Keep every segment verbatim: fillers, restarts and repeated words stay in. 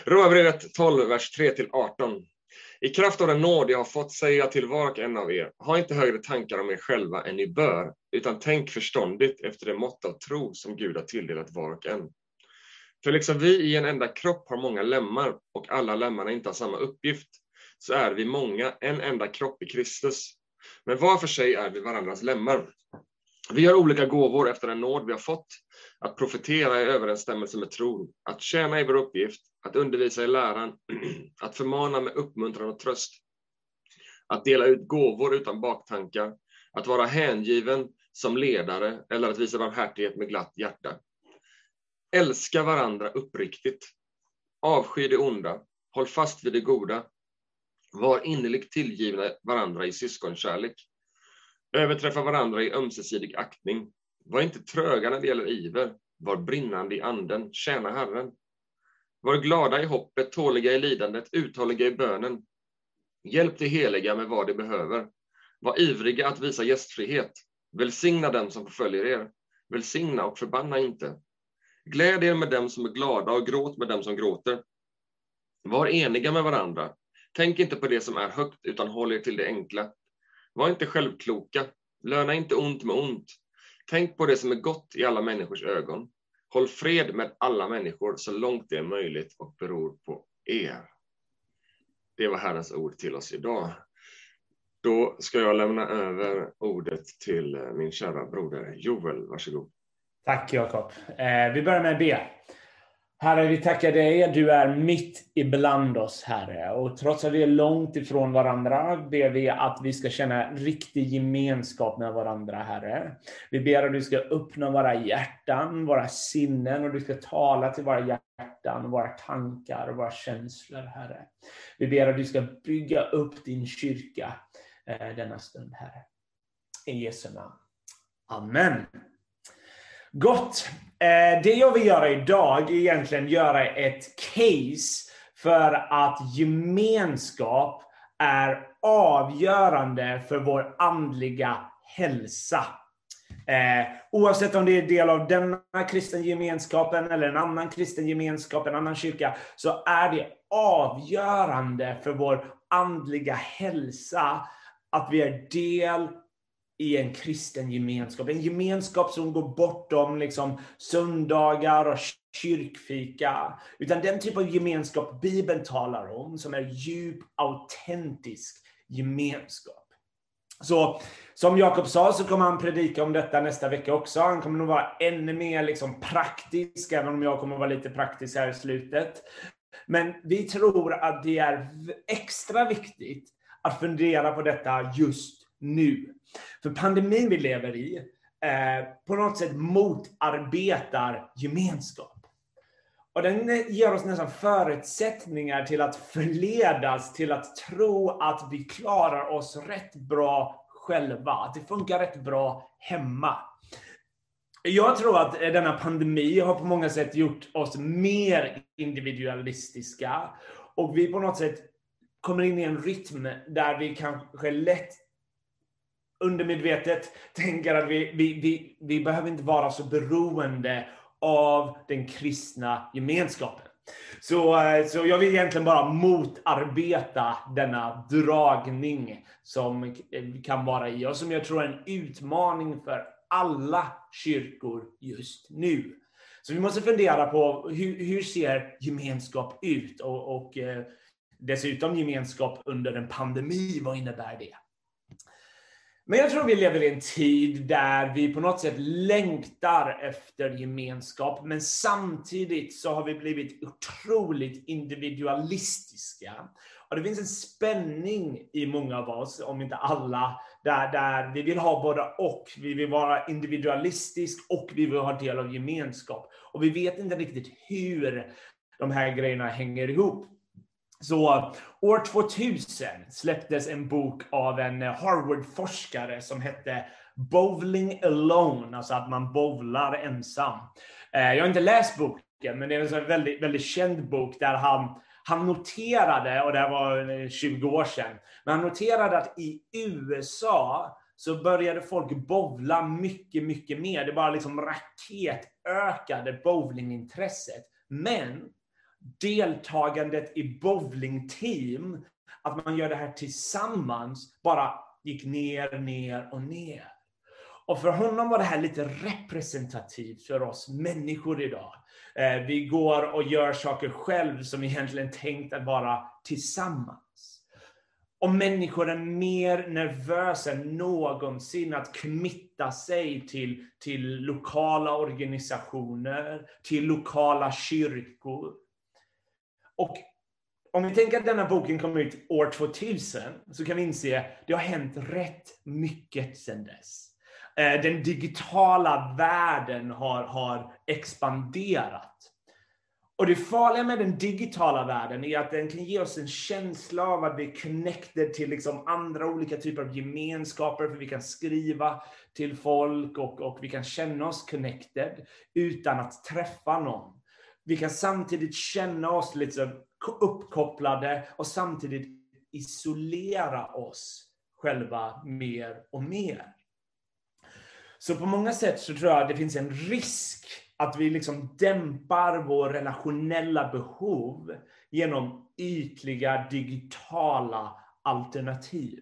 Romarbrevet tolv, vers tre till arton. I kraft av den nåd jag har fått säga till var och en av er, ha inte högre tankar om er själva än ni bör, utan tänk förståndigt efter det mått av tro som Gud har tilldelat var och en. För liksom vi i en enda kropp har många lemmar och alla lemmarna inte har samma uppgift, så är vi många en enda kropp i Kristus. Men var för sig är vi varandras lemmar. Vi har olika gåvor efter den nåd vi har fått, att profetera i överensstämmelse med tron, att tjäna i vår uppgift, att undervisa i läran, att förmana med uppmuntran och tröst, att dela ut gåvor utan baktankar, att vara hängiven som ledare eller att visa barmhärtighet med glatt hjärta. Älska varandra uppriktigt, avsky det onda, håll fast vid det goda, var innerligt tillgivna varandra i syskonkärlek, överträffa varandra i ömsesidig aktning, var inte tröga när det gäller iver, var brinnande i anden, tjäna Herren. Var glada i hoppet, tåliga i lidandet, uthålliga i bönen. Hjälp de heliga med vad de behöver. Var ivriga att visa gästfrihet. Välsigna dem som förföljer er. Välsigna och förbanna inte. Gläd er med dem som är glada och gråt med dem som gråter. Var eniga med varandra. Tänk inte på det som är högt utan håll er till det enkla. Var inte självkloka. Löna inte ont med ont. Tänk på det som är gott i alla människors ögon. Håll fred med alla människor så långt det är möjligt och beror på er. Det var Herrens ord till oss idag. Då ska jag lämna över ordet till min kära broder Joel. Varsågod. Tack Jakob. Eh, vi börjar med att be. Herre, vi tackar dig. Du är mitt ibland oss, Herre. Och trots att vi är långt ifrån varandra ber vi att vi ska känna riktig gemenskap med varandra, Herre. Vi ber att du ska öppna våra hjärtan, våra sinnen, och du ska tala till våra hjärtan, våra tankar och våra känslor, Herre. Vi ber att du ska bygga upp din kyrka eh, denna stund, Herre. I Jesu namn. Amen. Gott. Det jag vill göra idag är egentligen göra ett case för att gemenskap är avgörande för vår andliga hälsa. Eh, oavsett om det är del av denna kristen gemenskapen eller en annan kristen gemenskap, en annan kyrka, så är det avgörande för vår andliga hälsa att vi är del i en kristen gemenskap. En gemenskap som går bortom liksom söndagar och kyrkfika. Utan den typ av gemenskap Bibeln talar om, som är djup, autentisk gemenskap. Så som Jakob sa så kommer han predika om detta nästa vecka också. Han kommer nog vara ännu mer liksom praktisk, även om jag kommer vara lite praktisk här i slutet. Men vi tror att det är extra viktigt att fundera på detta just nu. För pandemin vi lever i eh, på något sätt motarbetar gemenskap. Och den ger oss nästan förutsättningar till att förledas till att tro att vi klarar oss rätt bra själva. Att det funkar rätt bra hemma. Jag tror att denna pandemi har på många sätt gjort oss mer individualistiska. Och vi på något sätt kommer in i en rytm där vi kanske lätt undermedvetet tänker att vi, vi, vi, vi behöver inte vara så beroende av den kristna gemenskapen. Så, så jag vill egentligen bara motarbeta denna dragning som kan vara i oss, som jag tror är en utmaning för alla kyrkor just nu. Så vi måste fundera på hur, hur ser gemenskap ut och, och dessutom gemenskap under en pandemi, vad innebär det? Men jag tror vi lever i en tid där vi på något sätt längtar efter gemenskap. Men samtidigt så har vi blivit otroligt individualistiska. Och det finns en spänning i många av oss, om inte alla, där, där vi vill ha både och. Vi vill vara individualistisk och vi vill ha del av gemenskap. Och vi vet inte riktigt hur de här grejerna hänger ihop. Så år tvåtusen släpptes en bok av en Harvard-forskare som hette Bowling Alone, alltså att man bowlar ensam. Jag har inte läst boken, men det är en väldigt, väldigt känd bok där han, han noterade, och det var tjugo år sedan, men han noterade att i U S A så började folk bowla mycket, mycket mer. Det bara liksom raketökade bowlingintresset. Men deltagandet i bowlingteam, att man gör det här tillsammans, bara gick ner, ner och ner. Och för honom var det här lite representativt för oss människor idag. Eh, vi går och gör saker själv som egentligen tänkt att vara tillsammans. Och människor är mer nervösa än någonsin att knyta sig till, till lokala organisationer, till lokala kyrkor. Och om vi tänker att denna boken kom ut år tvåtusen, så kan vi inse att det har hänt rätt mycket sedan dess. Den digitala världen har, har expanderat. Och det farliga med den digitala världen är att den kan ge oss en känsla av att vi är connected till liksom andra olika typer av gemenskaper. För vi kan skriva till folk och, och vi kan känna oss connected utan att träffa någon. Vi kan samtidigt känna oss lite uppkopplade och samtidigt isolera oss själva mer och mer. Så på många sätt så tror jag att det finns en risk att vi liksom dämpar vår relationella behov genom ytliga digitala alternativ.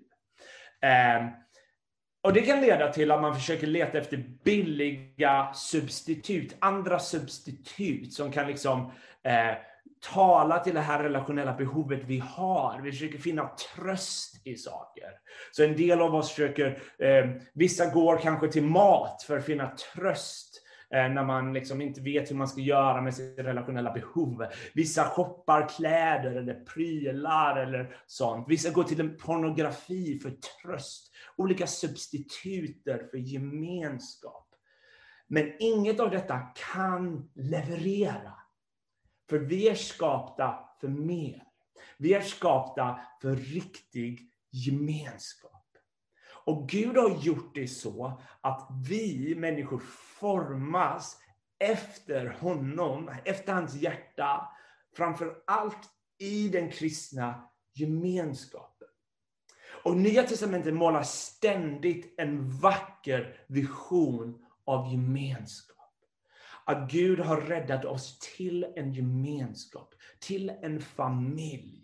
Eh, och det kan leda till att man försöker leta efter billiga substitut, andra substitut som kan liksom eh, tala till det här relationella behovet vi har. Vi försöker finna tröst i saker. Så en del av oss försöker, eh, vissa går kanske till mat för att finna tröst eh, när man liksom inte vet hur man ska göra med sitt relationella behov. Vissa shoppar kläder eller prylar eller sånt. Vissa går till en pornografi för tröst. Olika substituter för gemenskap. Men inget av detta kan leverera. För vi är skapta för mer. Vi är skapta för riktig gemenskap. Och Gud har gjort det så att vi människor formas efter honom, efter hans hjärta. Framför allt i den kristna gemenskapen. Och Nya testamentet målar ständigt en vacker vision av gemenskap. Att Gud har räddat oss till en gemenskap, till en familj.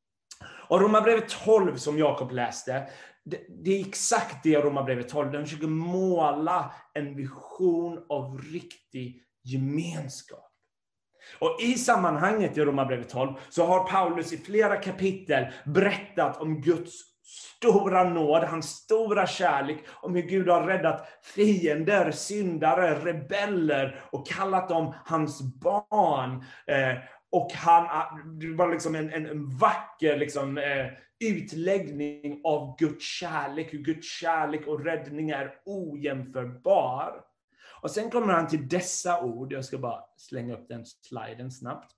Och Romarbrevet tolv som Jakob läste, det, det är exakt det Romarbrevet tolv. Den försöker måla en vision av riktig gemenskap. Och i sammanhanget i Romarbrevet tolv så har Paulus i flera kapitel berättat om Guds stora nåd, hans stora kärlek, om hur Gud har räddat fiender, syndare, rebeller och kallat dem hans barn. Eh, och han, det var liksom en, en, en vacker liksom, eh, utläggning av Guds kärlek, hur Guds kärlek och räddning är ojämförbar. Och sen kommer han till dessa ord, jag ska bara slänga upp den sliden snabbt.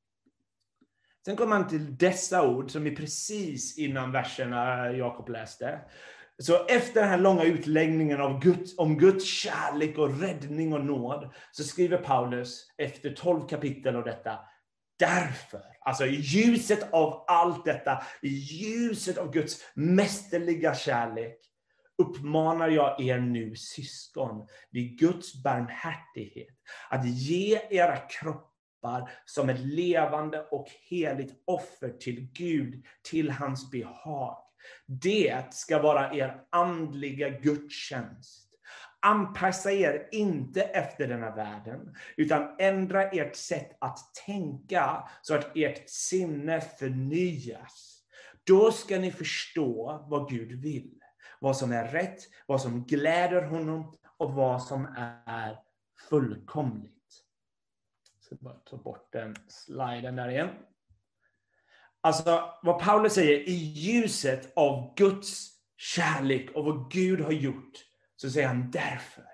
Sen kommer han till dessa ord som är precis innan verserna Jakob läste. Så efter den här långa utläggningen av Guds, om Guds kärlek och räddning och nåd så skriver Paulus efter tolv kapitel av detta. Därför, alltså i ljuset av allt detta, i ljuset av Guds mästerliga kärlek uppmanar jag er nu syskon vid Guds barmhärtighet att ge era kroppar som ett levande och heligt offer till Gud, till hans behag. Det ska vara er andliga gudstjänst. Anpassa er inte efter denna världen, utan ändra ert sätt att tänka så att ert sinne förnyas. Då ska ni förstå vad Gud vill, vad som är rätt, vad som gläder honom och vad som är fullkomligt. Jag ska bara ta bort den sliden där igen. Alltså vad Paulus säger, i ljuset av Guds kärlek och vad Gud har gjort, så säger han därför.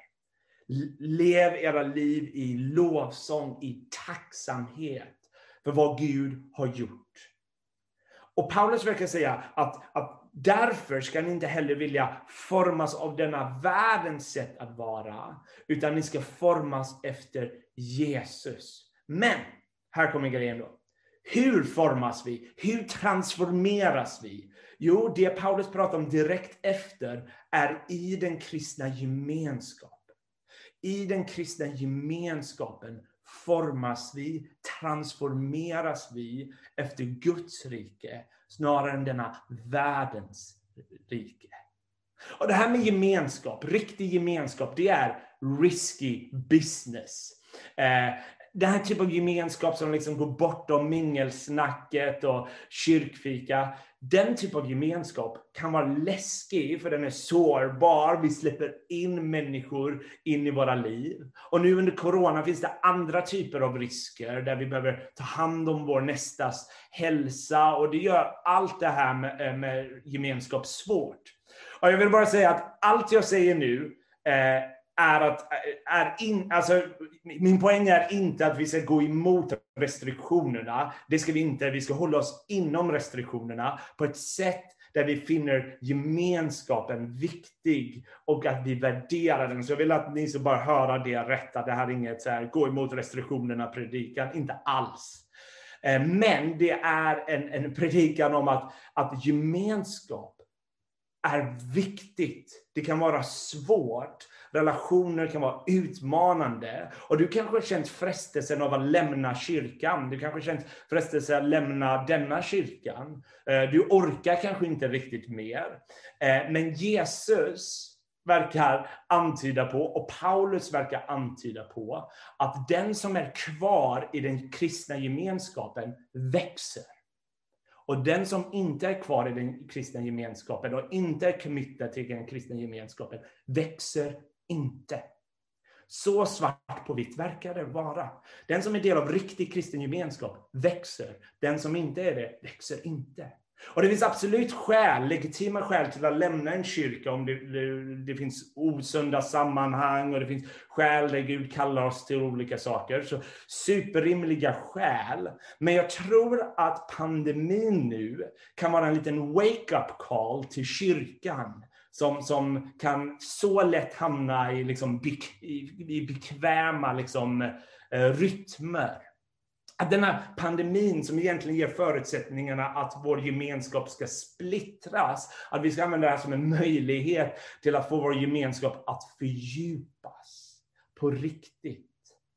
Lev era liv i lovsång, i tacksamhet för vad Gud har gjort. Och Paulus verkar säga att, att därför ska ni inte heller vilja formas av denna världens sätt att vara, utan ni ska formas efter Jesus. Men, här kommer grejen då. Hur formas vi? Hur transformeras vi? Jo, det Paulus pratar om direkt efter är i den kristna gemenskapen. I den kristna gemenskapen formas vi, transformeras vi efter Guds rike snarare än denna världens rike. Och det här med gemenskap, riktig gemenskap, det är risky business. Eh, Den här typen av gemenskap som liksom går bortom mingelsnacket och kyrkfika. Den typen av gemenskap kan vara läskig för den är sårbar. Vi släpper in människor in i våra liv. Och nu under corona finns det andra typer av risker där vi behöver ta hand om vår nästas hälsa. Och det gör allt det här med, med gemenskap svårt. Och jag vill bara säga att allt jag säger nu eh, är att är in, alltså, min poäng är inte att vi ska gå emot restriktionerna. Det ska vi inte. Vi ska hålla oss inom restriktionerna på ett sätt där vi finner gemenskapen viktig och att vi värderar den. Så jag vill att ni ska bara höra det rätt. Det här är inget så här, gå emot restriktionerna predikan. Inte alls. Men det är en, en predikan om att, att gemenskap är viktigt. Det kan vara svårt. Relationer kan vara utmanande. Och du kanske har känt frestelsen av att lämna kyrkan. Du kanske har känt frestelsen att lämna denna kyrkan. Du orkar kanske inte riktigt mer. Men Jesus verkar antyda på, och Paulus verkar antyda på, att den som är kvar i den kristna gemenskapen växer. Och den som inte är kvar i den kristna gemenskapen och inte är committad till den kristna gemenskapen växer inte. Så svart på vitt verkar det vara. Den som är del av riktig kristen gemenskap växer. Den som inte är det växer inte. Och det finns absolut skäl, legitima skäl till att lämna en kyrka om det, det, det finns osunda sammanhang och det finns skäl där Gud kallar oss till olika saker. Så superrimliga skäl. Men jag tror att pandemin nu kan vara en liten wake-up call till kyrkan. Som, som kan så lätt hamna i, liksom, bek, i, i bekväma liksom, eh, rytmer. Att denna pandemin som egentligen ger förutsättningarna att vår gemenskap ska splittras. Att vi ska använda det här som en möjlighet till att få vår gemenskap att fördjupas på riktigt.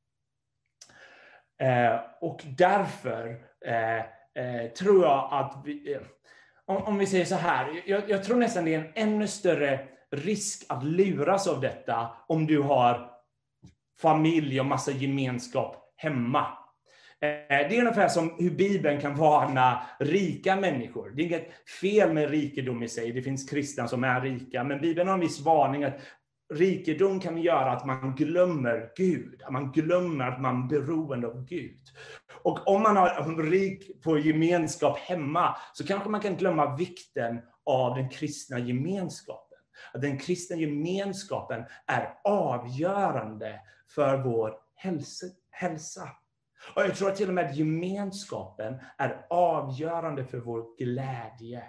Eh, och därför eh, eh, tror jag att vi... Eh, om, om vi säger så här. Jag, jag tror nästan det är en ännu större risk att luras av detta om du har familj och massa gemenskap hemma. Det är ungefär som hur Bibeln kan varna rika människor. Det är inget fel med rikedom i sig. Det finns kristna som är rika. Men Bibeln har en viss varning att rikedom kan göra att man glömmer Gud. Att man glömmer att man är beroende av Gud. Och om man har rik på gemenskap hemma så kanske man kan glömma vikten av den kristna gemenskapen. Att den kristna gemenskapen är avgörande för vår hälsa. Och jag tror att till och med gemenskapen är avgörande för vår glädje.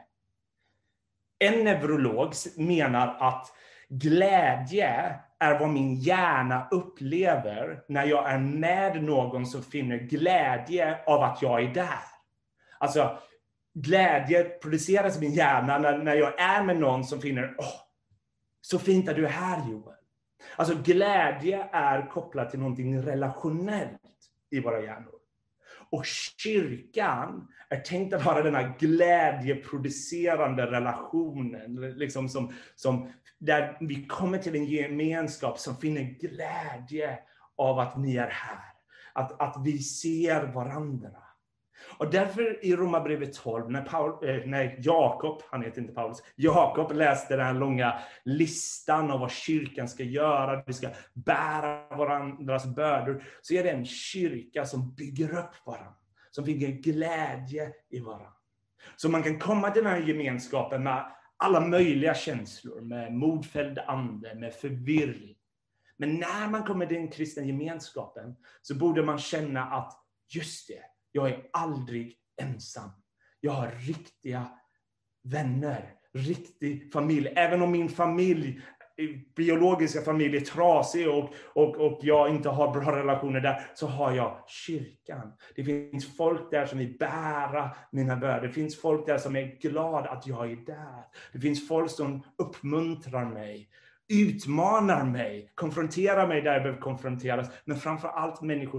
En neurolog menar att glädje är vad min hjärna upplever när jag är med någon som finner glädje av att jag är där. Alltså, glädje produceras i min hjärna när, när jag är med någon som finner, åh, så fint att du är här, Joel. Alltså, glädje är kopplat till någonting relationellt i våra hjärnor. Och kyrkan är tänkt att vara denna glädjeproducerande relationen. Liksom som, som, där vi kommer till en gemenskap som finner glädje av att ni är här. Att, att vi ser varandra. Och därför i Romarbrevet tolv, när, Paul, eh, när Jakob, han heter inte Paulus, Jakob läste den här långa listan av vad kyrkan ska göra. Vi ska bära varandras bördor. Så är det en kyrka som bygger upp varandra. Som bygger glädje i varandra. Så man kan komma till den här gemenskapen med alla möjliga känslor. Med modfälld ande, med förvirring. Men när man kommer till den kristna gemenskapen så borde man känna att just det. Jag är aldrig ensam. Jag har riktiga vänner. Riktig familj. Även om min familj, biologiska familj är trasig och, och, och jag inte har bra relationer där. Så har jag kyrkan. Det finns folk där som vill bära mina bördor. Det finns folk där som är glada att jag är där. Det finns folk som uppmuntrar mig. Utmanar mig. Konfronterar mig där jag behöver konfronteras. Men framför allt människor som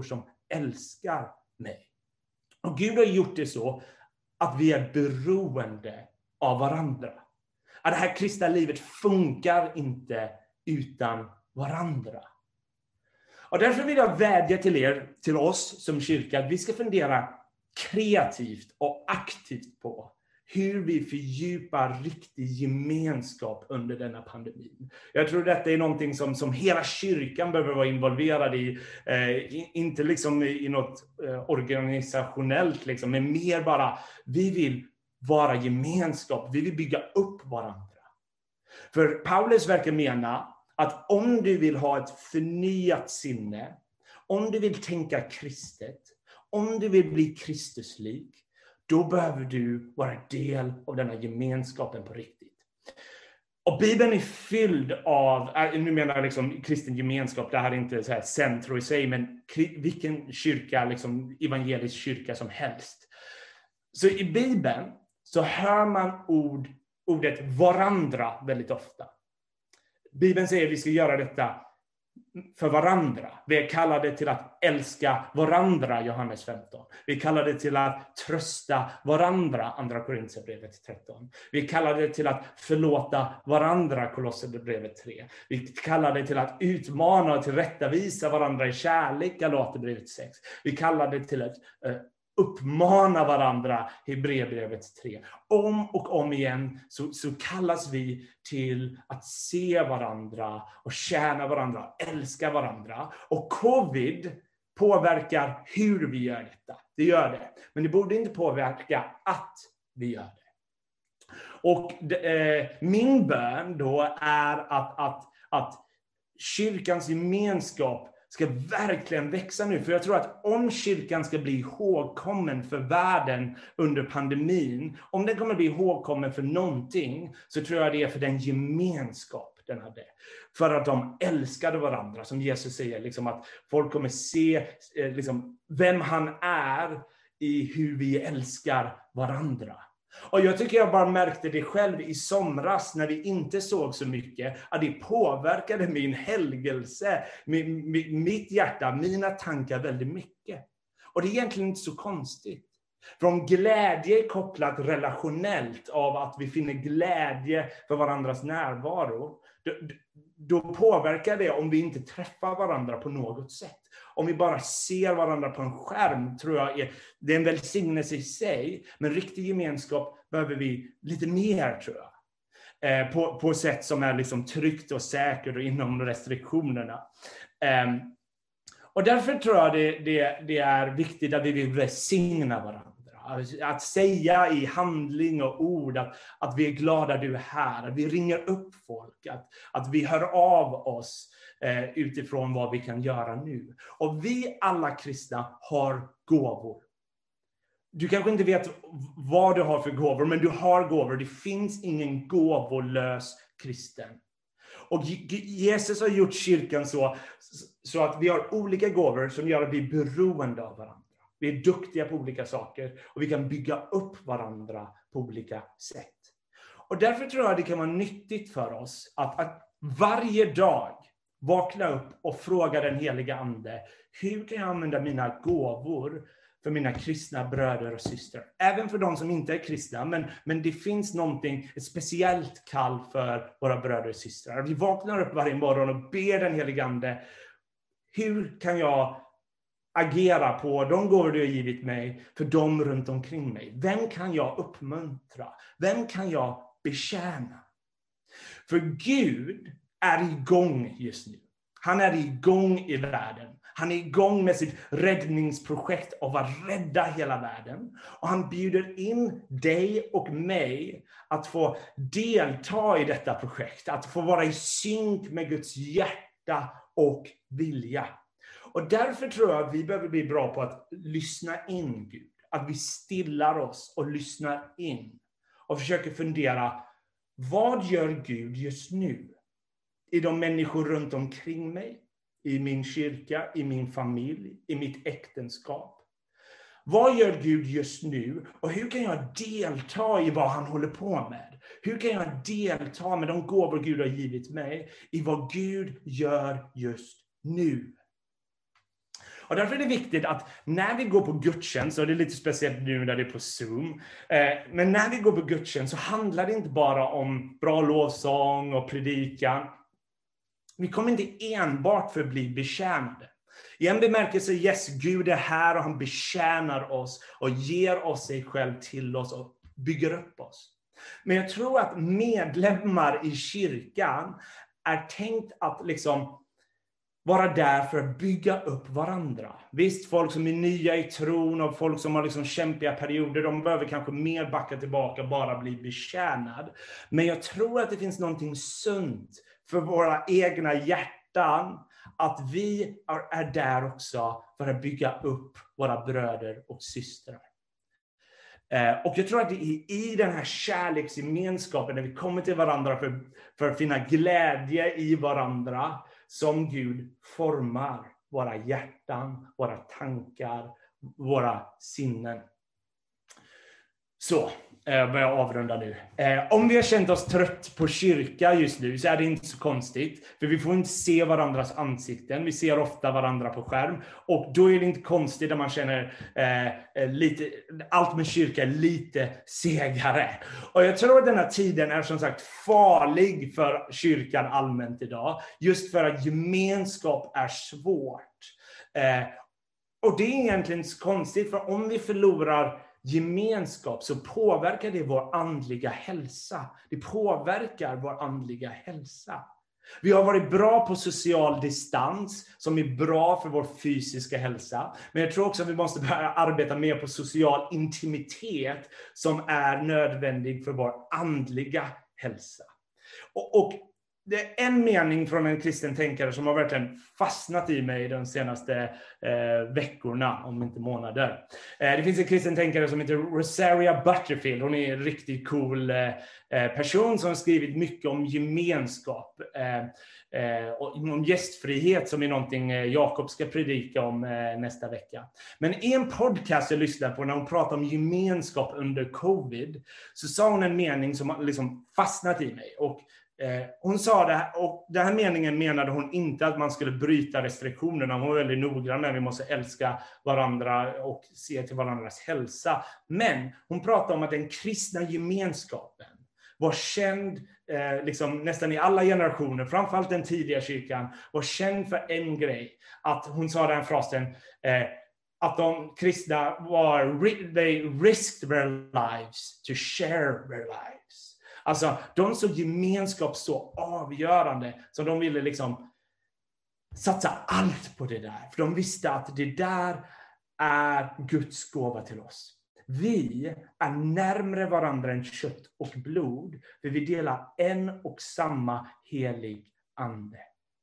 älskar mig. Och Gud har gjort det så att vi är beroende av varandra. Att det här kristna livet funkar inte utan varandra. Och därför vill jag vädja till er, till oss som kyrka, att vi ska fundera kreativt och aktivt på hur vi fördjupar riktig gemenskap under denna pandemin. Jag tror detta är någonting som, som hela kyrkan behöver vara involverad i. Eh, inte liksom i, i något eh, organisationellt, liksom, men mer bara, vi vill vara gemenskap. Vi vill bygga upp varandra. För Paulus verkar mena att om du vill ha ett förnyat sinne, om du vill tänka kristet, om du vill bli Kristuslik, då behöver du vara del av denna gemenskapen på riktigt. Och Bibeln är fylld av, nu menar jag liksom kristen gemenskap, det här är inte så här centro i sig, men vilken kyrka, liksom evangelisk kyrka som helst. Så i Bibeln så hör man ord, ordet varandra väldigt ofta. Bibeln säger att vi ska göra detta för varandra. Vi är kallade till att älska varandra, Johannes femton. Vi är kallade till att trösta varandra, andra Korinthierbrevet tretton. Vi är kallade till att förlåta varandra, Kolosserbrevet tre. Vi är kallade till att utmana och tillrättavisa varandra i kärlek, Galaterbrevet sex. Vi är kallade till att uh, uppmana varandra, Hebreerbrevet tre. Om och om igen så, så kallas vi till att se varandra och tjäna varandra, älska varandra. Och covid påverkar hur vi gör detta. Det gör det. Men det borde inte påverka att vi gör det. Och eh, min bön då är att, att, att kyrkans gemenskap ska verkligen växa nu. För jag tror att om kyrkan ska bli ihågkommen för världen under pandemin, om den kommer bli ihågkommen för någonting, så tror jag det är för den gemenskap den hade. För att de älskade varandra, som Jesus säger, liksom att folk kommer se eh, liksom, vem han är i hur vi älskar varandra. Och jag tycker jag bara märkte det själv i somras när vi inte såg så mycket, att det påverkade min helgelse, min, min, mitt hjärta, mina tankar väldigt mycket. Och det är egentligen inte så konstigt. För om glädje är kopplat relationellt av att vi finner glädje för varandras närvaro, då, då påverkar det om vi inte träffar varandra på något sätt. Om vi bara ser varandra på en skärm, tror jag är, det är en välsignelse i sig. Men riktig gemenskap behöver vi lite mer, tror jag. Eh, på, på sätt som är liksom tryggt och säkert och inom restriktionerna. Eh, och därför tror jag det, det, det är viktigt att vi vill välsigna varandra. Att säga i handling och ord att, att vi är glada du är här. Att vi ringer upp folk. Att, att vi hör av oss eh, utifrån vad vi kan göra nu. Och vi alla kristna har gåvor. Du kanske inte vet vad du har för gåvor, men du har gåvor. Det finns ingen gåvolös kristen. Och Jesus har gjort kyrkan så, så att vi har olika gåvor som gör att vi är beroende av varandra. Vi är duktiga på olika saker och vi kan bygga upp varandra på olika sätt. Och därför tror jag det kan vara nyttigt för oss att, att varje dag vakna upp och fråga den heliga ande: hur kan jag använda mina gåvor för mina kristna bröder och systrar? Även för de som inte är kristna, men, men det finns någonting, ett speciellt kall för våra bröder och systrar. Vi vaknar upp varje morgon och ber den heliga ande: hur kan jag agera på de gåvor du har givit mig för dem runt omkring mig? Vem kan jag uppmuntra? Vem kan jag betjäna? För Gud är igång just nu. Han är igång i världen. Han är igång med sitt räddningsprojekt av att rädda hela världen. Och han bjuder in dig och mig att få delta i detta projekt. Att få vara i synk med Guds hjärta och vilja. Och därför tror jag att vi behöver bli bra på att lyssna in Gud. Att vi stillar oss och lyssnar in. Och försöker fundera: vad gör Gud just nu? I de människor runt omkring mig? I min kyrka? I min familj? I mitt äktenskap? Vad gör Gud just nu? Och hur kan jag delta i vad han håller på med? Hur kan jag delta med de gåvor Gud har givit mig i vad Gud gör just nu? Och därför är det viktigt att när vi går på gudstjänst, och det är lite speciellt nu när det är på Zoom, eh, men när vi går på gudstjänst så handlar det inte bara om bra lovsång och predikan. Vi kommer inte enbart för att bli betjänade. I en bemärkelse, yes, Gud är här och han betjänar oss och ger oss sig själv till oss och bygger upp oss. Men jag tror att medlemmar i kyrkan är tänkt att liksom vara där för att bygga upp varandra. Visst, folk som är nya i tron och folk som har liksom kämpiga perioder, de behöver kanske mer backa tillbaka och bara bli betjänad. Men jag tror att det finns någonting sunt för våra egna hjärtan, att vi är där också för att bygga upp våra bröder och systrar. Och jag tror att det är i den här kärleksgemenskapen, när vi kommer till varandra för, för att finna glädje i varandra, som Gud formar våra hjärtan, våra tankar, våra sinnen. Så, jag börjar avrunda nu. Om vi har känt oss trött på kyrka just nu så är det inte så konstigt. För vi får inte se varandras ansikten. Vi ser ofta varandra på skärm. Och då är det inte konstigt att man känner eh, lite, allt med kyrka är lite segare. Och jag tror att den här tiden är som sagt farlig för kyrkan allmänt idag. Just för att gemenskap är svårt. Eh, och det är egentligen inte så konstigt, för om vi förlorar gemenskap så påverkar det vår andliga hälsa. Det påverkar vår andliga hälsa. Vi har varit bra på social distans som är bra för vår fysiska hälsa. Men jag tror också att vi måste börja arbeta mer på social intimitet som är nödvändig för vår andliga hälsa. Och, och det är en mening från en kristen tänkare som har verkligen fastnat i mig de senaste eh, veckorna, om inte månader. Eh, det finns en kristen tänkare som heter Rosaria Butterfield. Hon är en riktigt cool eh, person som har skrivit mycket om gemenskap. Eh, eh, och om gästfrihet, som är någonting eh, Jakob ska predika om eh, nästa vecka. Men i en podcast jag lyssnade på när hon pratade om gemenskap under covid, så sa hon en mening som har liksom fastnat i mig. Och Eh, hon sa det här, och den här meningen menade hon inte att man skulle bryta restriktionerna. Hon var väldigt noggrann med att vi måste älska varandra och se till varandras hälsa. Men hon pratade om att den kristna gemenskapen var känd eh, liksom, nästan i alla generationer, framförallt den tidiga kyrkan, var känd för en grej. Att hon sa den frasen eh, att de kristna var, they risked their lives to share their lives. Alltså, de såg gemenskap så avgörande, så de ville liksom satsa allt på det där. För de visste att det där är Guds gåva till oss. Vi är närmare varandra än kött och blod, för vi delar en och samma helig ande.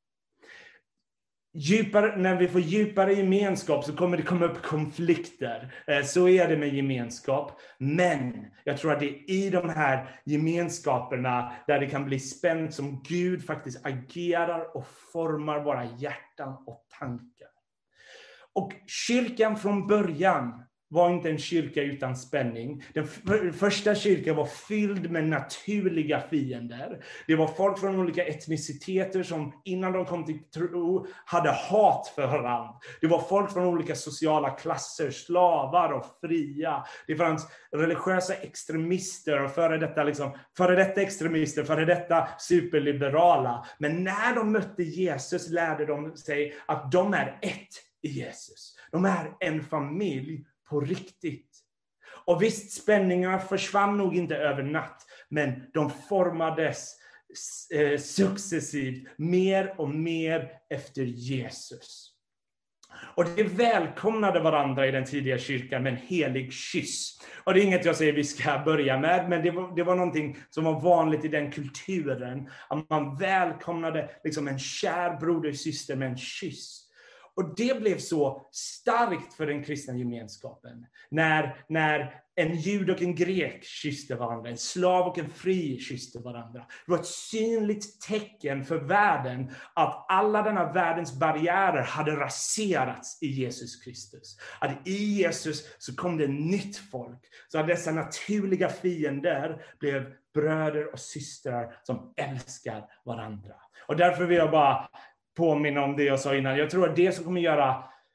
Djupare, när vi får djupare gemenskap så kommer det komma upp konflikter. Så är det med gemenskap. Men jag tror att det är i de här gemenskaperna där det kan bli spänt som Gud faktiskt agerar och formar våra hjärtan och tankar. Och kyrkan från början var inte en kyrka utan spänning. Den första kyrkan var fylld med naturliga fiender. Det var folk från olika etniciteter som innan de kom till tro hade hat för varandra. Det var folk från olika sociala klasser, slavar och fria. Det fanns religiösa extremister och före detta, liksom, före detta extremister, före detta superliberala. Men när de mötte Jesus lärde de sig att de är ett i Jesus. De är en familj på riktigt. Och visst, spänningarna försvann nog inte över natt, men de formades eh, successivt mer och mer efter Jesus. Och det välkomnade varandra i den tidiga kyrkan med en helig kyss. Och det är inget jag säger vi ska börja med, men det var, det var någonting som var vanligt i den kulturen. Att man välkomnade liksom en kär broder och syster med en kyss. Och det blev så starkt för den kristna gemenskapen. När, när en jud och en grek kysste varandra. En slav och en fri kysste varandra. Det var ett synligt tecken för världen att alla denna världens barriärer hade raserats i Jesus Kristus. Att i Jesus så kom det nytt folk. Så att dessa naturliga fiender blev bröder och systrar som älskar varandra. Och därför vill jag bara påminna om det jag sa innan. Jag tror att det som kommer göra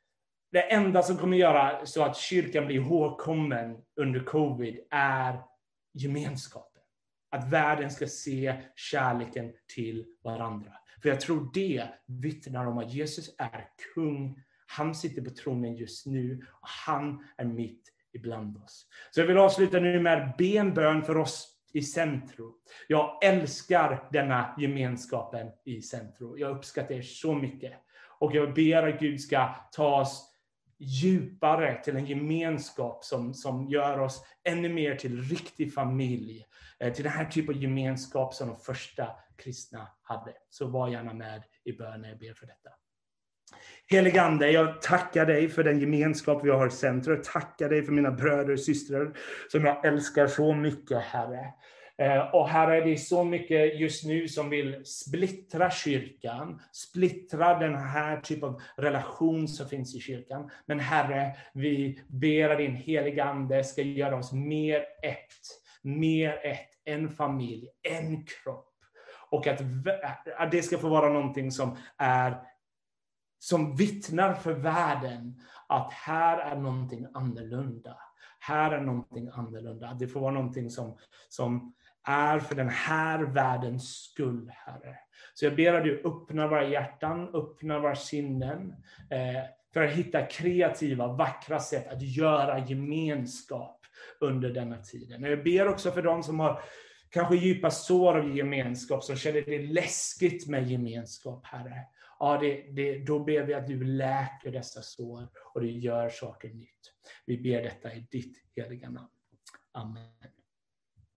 det enda som kommer göra så att kyrkan blir ihågkommen under covid är gemenskapen. Att världen ska se kärleken till varandra. För jag tror det vittnar om att Jesus är kung. Han sitter på tronen just nu och han är mitt ibland oss. Så jag vill avsluta nu med be en bön för oss i Centro. Jag älskar denna gemenskapen i Centro. Jag uppskattar er så mycket. Och jag ber att Gud ska ta oss djupare till en gemenskap som, som gör oss ännu mer till riktig familj. Till den här typen av gemenskap som de första kristna hade. Så var gärna med i bön när jag ber för detta. Helige Ande, jag tackar dig för den gemenskap vi har i Centrum. Jag tackar dig för mina bröder och systrar som jag älskar så mycket, Herre. Och Herre, det är så mycket just nu som vill splittra kyrkan. Splittra den här typen av relation som finns i kyrkan. Men Herre, vi ber att din Helige Ande ska göra oss mer ett. Mer ett. En familj. En kropp. Och att, att det ska få vara någonting som är som vittnar för världen att här är någonting annorlunda. Här är någonting annorlunda. Det får vara någonting som, som är för den här världens skull, Herre. Så jag ber att du öppnar våra hjärtan, öppnar våra sinnen eh, för att hitta kreativa, vackra sätt att göra gemenskap under denna tiden. Jag ber också för de som har kanske djupa sår av gemenskap, som känner det läskigt med gemenskap, Herre. Ja, det, det, då ber vi att du läker dessa sår och du gör saker nytt. Vi ber detta i ditt heliga namn. Amen.